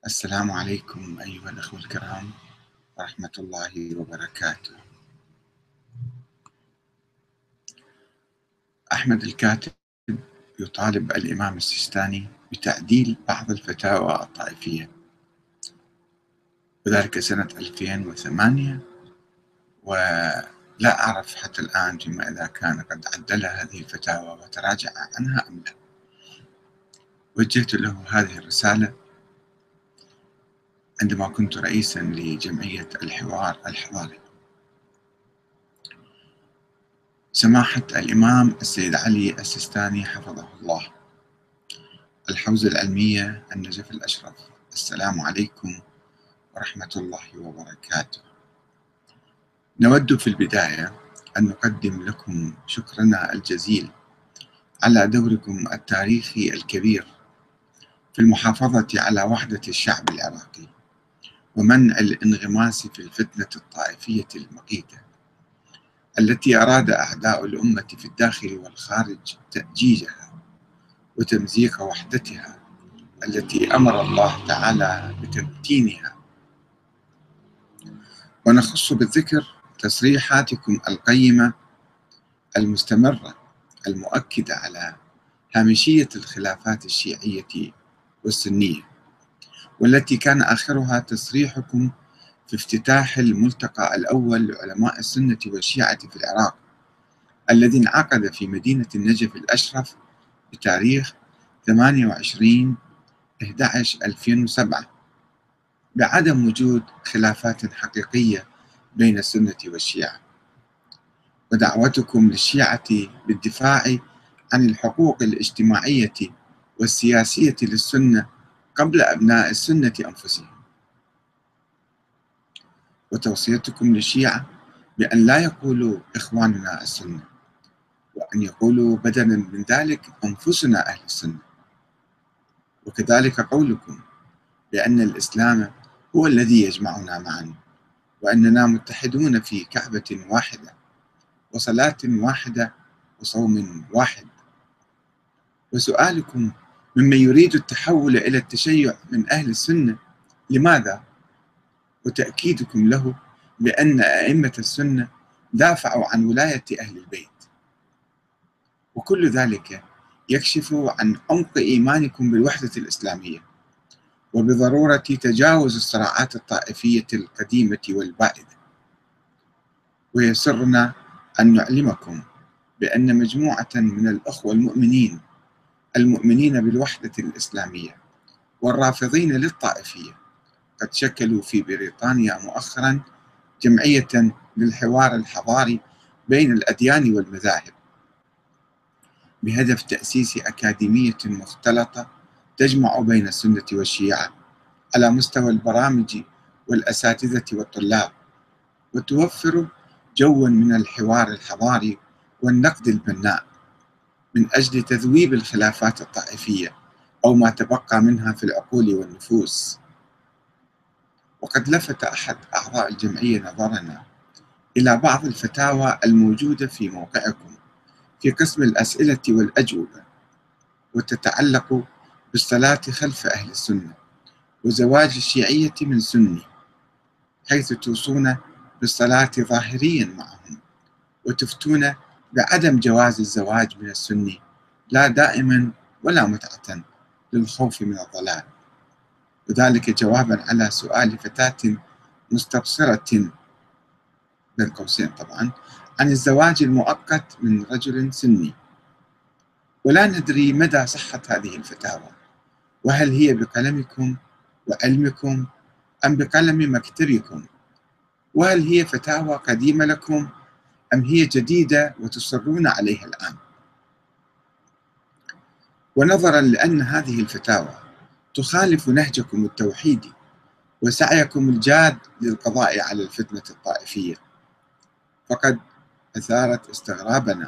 السلام عليكم أيها الأخوة الكرام ورحمة الله وبركاته. أحمد الكاتب يطالب الإمام السيستاني بتعديل بعض الفتاوى الطائفية، وذلك سنة 2008، ولا أعرف حتى الآن فيما إذا كان قد عدل هذه الفتاوى وتراجع عنها أم لا. وجهت له هذه الرسالة عندما كنت رئيسا لجمعية الحوار الحضاري. سماحة الإمام السيد علي السيستاني حفظه الله، الحوزة العلمية النجف الأشرف، السلام عليكم ورحمة الله وبركاته. نود في البداية أن نقدم لكم شكرنا الجزيل على دوركم التاريخي الكبير في المحافظة على وحدة الشعب العراقي ومنع الانغماس في الفتنة الطائفية المقيتة التي أراد أعداء الأمة في الداخل والخارج تأجيجها وتمزيق وحدتها التي أمر الله تعالى بتمتينها. ونخص بالذكر تصريحاتكم القيمة المستمرة المؤكدة على هامشية الخلافات الشيعية والسنية، والتي كان آخرها تصريحكم في افتتاح الملتقى الأول لعلماء السنة والشيعة في العراق الذي انعقد في مدينة النجف الأشرف بتاريخ 28/11/2007 بعدم وجود خلافات حقيقية بين السنة والشيعة، ودعوتكم للشيعة بالدفاع عن الحقوق الاجتماعية والسياسية للسنة قبل أبناء السنة أنفسهم، وتوصيتكم للشيعة بأن لا يقولوا إخواننا السنة، وأن يقولوا بدلا من ذلك أنفسنا أهل السنة، وكذلك قولكم بأن الإسلام هو الذي يجمعنا معا، وأننا متحدون في كعبة واحدة وصلاة واحدة وصوم واحد. وسؤالكم ممن يريد التحول إلى التشيع من أهل السنة لماذا؟ وتأكيدكم له بأن أئمة السنة دافعوا عن ولاية أهل البيت، وكل ذلك يكشف عن عمق إيمانكم بالوحدة الإسلامية وبضرورة تجاوز الصراعات الطائفية القديمة والبائدة. ويسرنا أن نعلمكم بأن مجموعة من الأخوة المؤمنين بالوحدة الإسلامية والرافضين للطائفية قد شكلوا في بريطانيا مؤخرا جمعية للحوار الحضاري بين الأديان والمذاهب بهدف تأسيس أكاديمية مختلطة تجمع بين السنة والشيعة على مستوى البرامج والأساتذة والطلاب، وتوفر جوا من الحوار الحضاري والنقد البناء من أجل تذويب الخلافات الطائفية أو ما تبقى منها في العقول والنفوس. وقد لفت أحد أعضاء الجمعية نظرنا إلى بعض الفتاوى الموجودة في موقعكم في قسم الأسئلة والأجوبة، وتتعلق بالصلاة خلف أهل السنة وزواج الشيعية من سني، حيث توصون بالصلاة ظاهريا معهم وتفتون بعدم جواز الزواج من السني لا دائما ولا متعة للخوف من الضلال، وذلك جوابا على سؤال فتاة مستبصرة بين قوسين طبعا عن الزواج المؤقت من رجل سني. ولا ندري مدى صحة هذه الفتاوى، وهل هي بقلمكم وعلمكم أم بقلم مكتبكم، وهل هي فتاوى قديمة لكم أم هي جديدة وتصرون عليها الآن. ونظرا لأن هذه الفتاوى تخالف نهجكم التوحيدي وسعيكم الجاد للقضاء على الفتنة الطائفية، فقد أثارت استغرابنا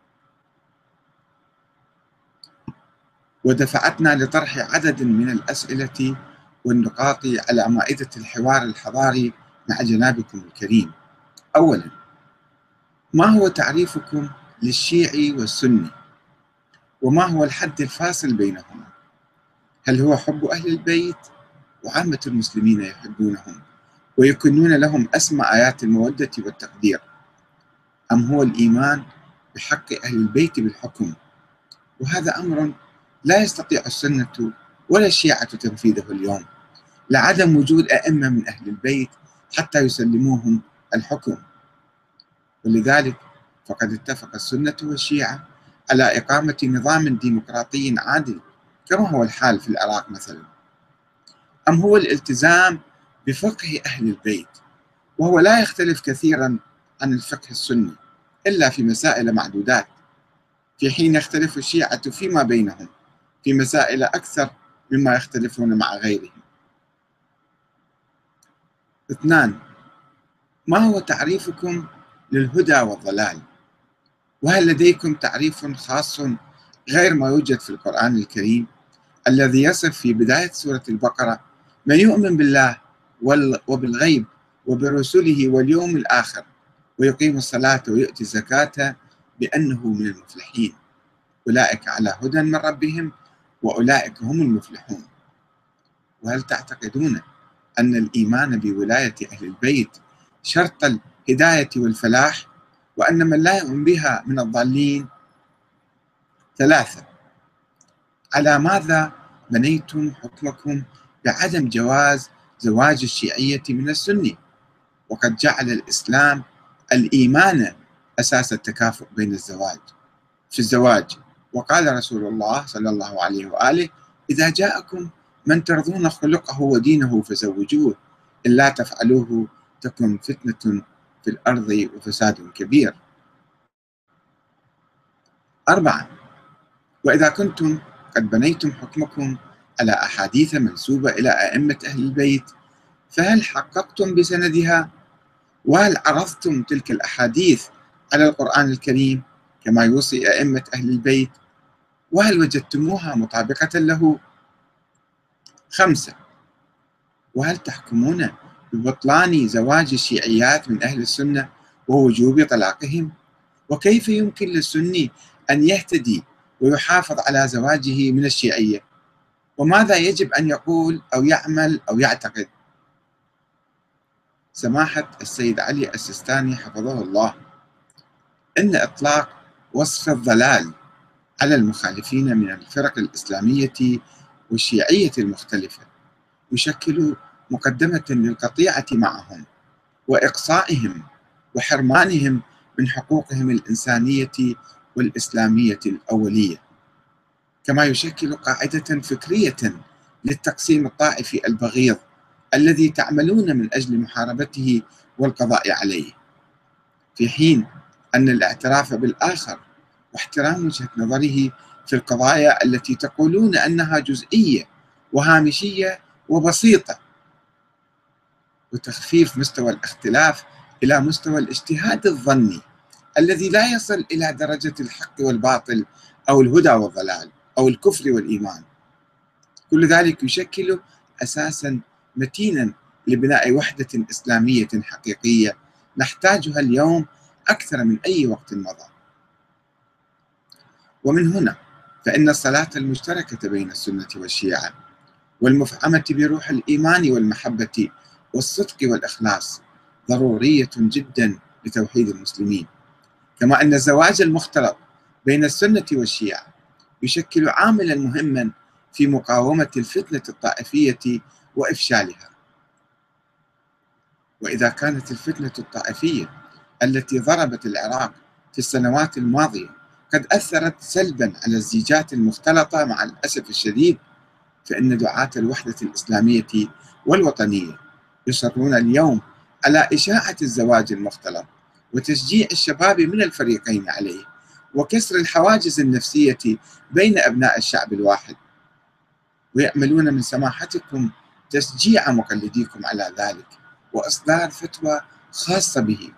ودفعتنا لطرح عدد من الأسئلة والنقاط على مائدة الحوار الحضاري مع جنابكم الكريم. أولا، ما هو تعريفكم للشيعي والسني؟ وما هو الحد الفاصل بينهما؟ هل هو حب أهل البيت وعامة المسلمين يحبونهم ويكنون لهم أسمى آيات المودة والتقدير، أم هو الإيمان بحق أهل البيت بالحكم؟ وهذا أمر لا يستطيع السنة ولا الشيعة تنفيذه اليوم، لعدم وجود أئمة من أهل البيت حتى يسلموهم الحكم. ولذلك فقد اتفق السنة والشيعة على إقامة نظام ديمقراطي عادل كما هو الحال في العراق مثلا، أم هو الالتزام بفقه أهل البيت، وهو لا يختلف كثيرا عن الفقه السني إلا في مسائل معدودات، في حين يختلف الشيعة فيما بينهم في مسائل أكثر مما يختلفون مع غيرهم. 2. ما هو تعريفكم للهدى والضلال؟ وهل لديكم تعريف خاص غير ما يوجد في القرآن الكريم الذي يصف في بداية سورة البقرة من يؤمن بالله وبالغيب وبرسله واليوم الآخر ويقيم الصلاة ويؤتي الزكاة بأنه من المفلحين، أولئك على هدى من ربهم وأولئك هم المفلحون؟ وهل تعتقدون أن الإيمان بولاية أهل البيت شرط الهداية والفلاح، وأن من لا يؤمن بها من الضالين؟ 3. على ماذا بنيتم حكمكم بعدم جواز زواج الشيعية من السني، وقد جعل الإسلام الإيمان أساس التكافؤ بين في الزواج، وقال رسول الله صلى الله عليه وآله: إذا جاءكم من ترضون خلقه ودينه فزوجوه، إلا تفعلوه تكن فتنة في الأرض وفساد كبير. 4. وإذا كنتم قد بنيتم حكمكم على أحاديث منسوبة إلى أئمة أهل البيت، فهل حققتم بسندها؟ وهل عرضتم تلك الأحاديث على القرآن الكريم كما يوصي أئمة أهل البيت؟ وهل وجدتموها مطابقة له؟ 5. وهل تحكمون ببطلان زواج الشيعيات من أهل السنة ووجوب طلاقهم؟ وكيف يمكن للسني أن يهتدي ويحافظ على زواجه من الشيعية؟ وماذا يجب أن يقول أو يعمل أو يعتقد؟ سماحة السيد علي السيستاني حفظه الله، إن إطلاق وصف الضلال على المخالفين من الفرق الإسلامية والشيعية المختلفة يشكل مقدمة للقطيعة معهم وإقصائهم وحرمانهم من حقوقهم الإنسانية والإسلامية الأولية، كما يشكل قاعدة فكرية للتقسيم الطائفي البغيض الذي تعملون من أجل محاربته والقضاء عليه، في حين أن الاعتراف بالآخر واحترام وجهة نظره في القضايا التي تقولون أنها جزئية وهامشية وبسيطة، وتخفيف مستوى الاختلاف إلى مستوى الاجتهاد الظني الذي لا يصل إلى درجة الحق والباطل أو الهدى والضلال أو الكفر والإيمان، كل ذلك يشكل أساسا متينا لبناء وحدة إسلامية حقيقية نحتاجها اليوم أكثر من أي وقت مضى. ومن هنا فإن الصلاة المشتركة بين السنة والشيعة والمفعمة بروح الإيمان والمحبة والصدق والإخلاص ضرورية جدا لتوحيد المسلمين، كما أن الزواج المختلط بين السنة والشيعة يشكل عاملا مهما في مقاومة الفتنة الطائفية وإفشالها. وإذا كانت الفتنة الطائفية التي ضربت العراق في السنوات الماضية قد أثرت سلبا على الزيجات المختلطة مع الأسف الشديد، فإن دعاة الوحدة الإسلامية والوطنية يصرون اليوم على إشاعة الزواج المختلط وتشجيع الشباب من الفريقين عليه وكسر الحواجز النفسية بين أبناء الشعب الواحد، ويأملون من سماحتكم تشجيع مقلديكم على ذلك وإصدار فتوى خاصة به.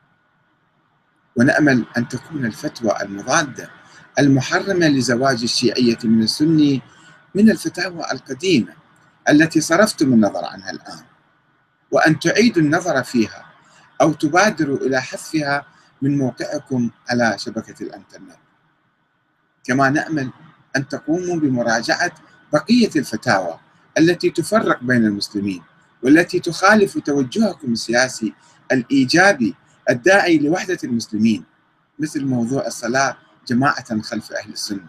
ونأمل أن تكون الفتوى المضادة المحرمة لزواج الشيعية من السني من الفتاوى القديمة التي صرفتم النظر عنها الآن، وأن تعيدوا النظر فيها أو تبادروا إلى حذفها من موقعكم على شبكة الإنترنت. كما نأمل أن تقوموا بمراجعة بقية الفتاوى التي تفرق بين المسلمين والتي تخالف توجهكم السياسي الإيجابي الداعي لوحدة المسلمين، مثل موضوع الصلاة جماعة خلف أهل السنة.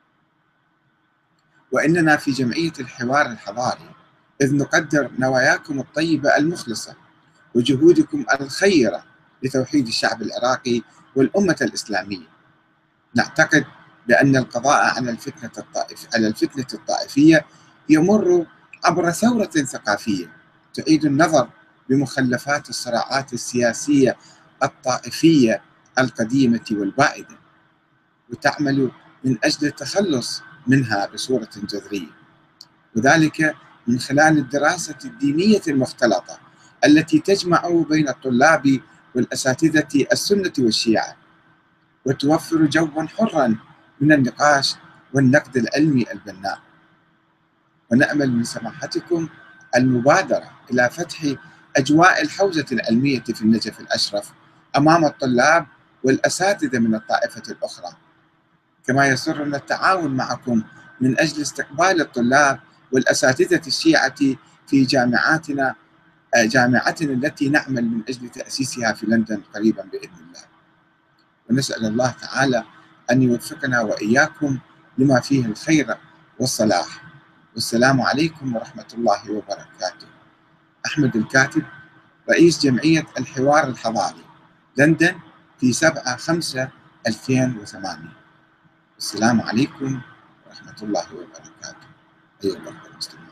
وإننا في جمعية الحوار الحضاري إذ نقدر نواياكم الطيبة المخلصة وجهودكم الخيرة لتوحيد الشعب العراقي والأمة الإسلامية. نعتقد بأن القضاء على الفتنة الطائفية يمر عبر ثورة ثقافية تعيد النظر بمخلفات الصراعات السياسية الطائفية القديمة والبائدة، وتعمل من أجل التخلص منها بصورة جذرية، وذلك من خلال الدراسة الدينية المختلطة التي تجمع بين الطلاب والأساتذة السنة والشيعة، وتوفر جوا حرا من النقاش والنقد العلمي البناء. ونأمل من سماحتكم المبادرة إلى فتح أجواء الحوزة العلمية في النجف الأشرف أمام الطلاب والأساتذة من الطائفة الأخرى، كما يسرنا التعاون معكم من أجل استقبال الطلاب والأساتذة الشيعة في جامعتنا التي نعمل من أجل تأسيسها في لندن قريبا بإذن الله. ونسأل الله تعالى أن يوفقنا وإياكم لما فيه الخير والصلاح. والسلام عليكم ورحمة الله وبركاته. أحمد الكاتب، رئيس جمعية الحوار الحضاري، لندن، في 7/5/2008. السلام عليكم ورحمة الله وبركاته. أيها الأخوة المسلمين.